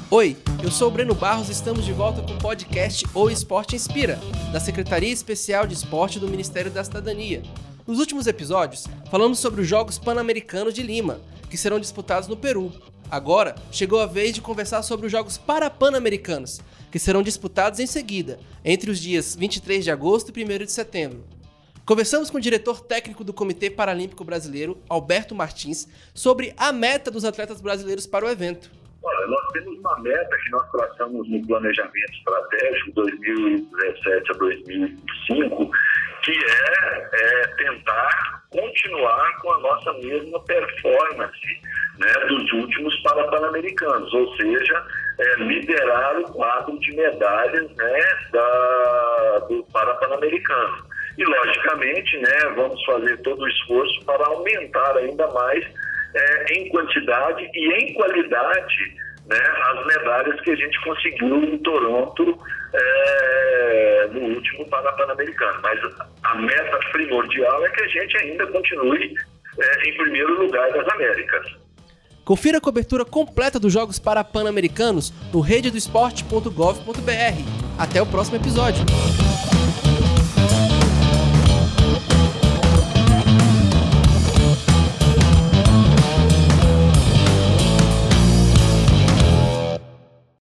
Oi, eu sou o Breno Barros e estamos de volta com o podcast O Esporte Inspira, da Secretaria Especial de Esporte do Ministério da Cidadania. Nos últimos episódios, falamos sobre os Jogos Pan-Americanos de Lima, que serão disputados no Peru. Agora, chegou a vez de conversar sobre os Jogos Parapan-Americanos, que serão disputados em seguida, entre os dias 23 de agosto e 1º de setembro. Conversamos com o diretor técnico do Comitê Paralímpico Brasileiro, Alberto Martins, sobre a meta dos atletas brasileiros para o evento. Olha, nós temos uma meta que nós traçamos no planejamento estratégico 2017 a 2025, que é tentar continuar com a nossa mesma performance, né, dos últimos Pan-Americanos, ou seja, liderar o quadro de medalhas, né, do Pan-Americano. E, logicamente, né, vamos fazer todo o esforço para aumentar ainda mais em quantidade e em qualidade, né, as medalhas que a gente conseguiu em Toronto no último Pan-Americano. Mas a meta primordial é que a gente ainda continue em primeiro lugar das Américas. Confira a cobertura completa dos Jogos Parapan-Americanos no rededoesporte.gov.br. Até o próximo episódio.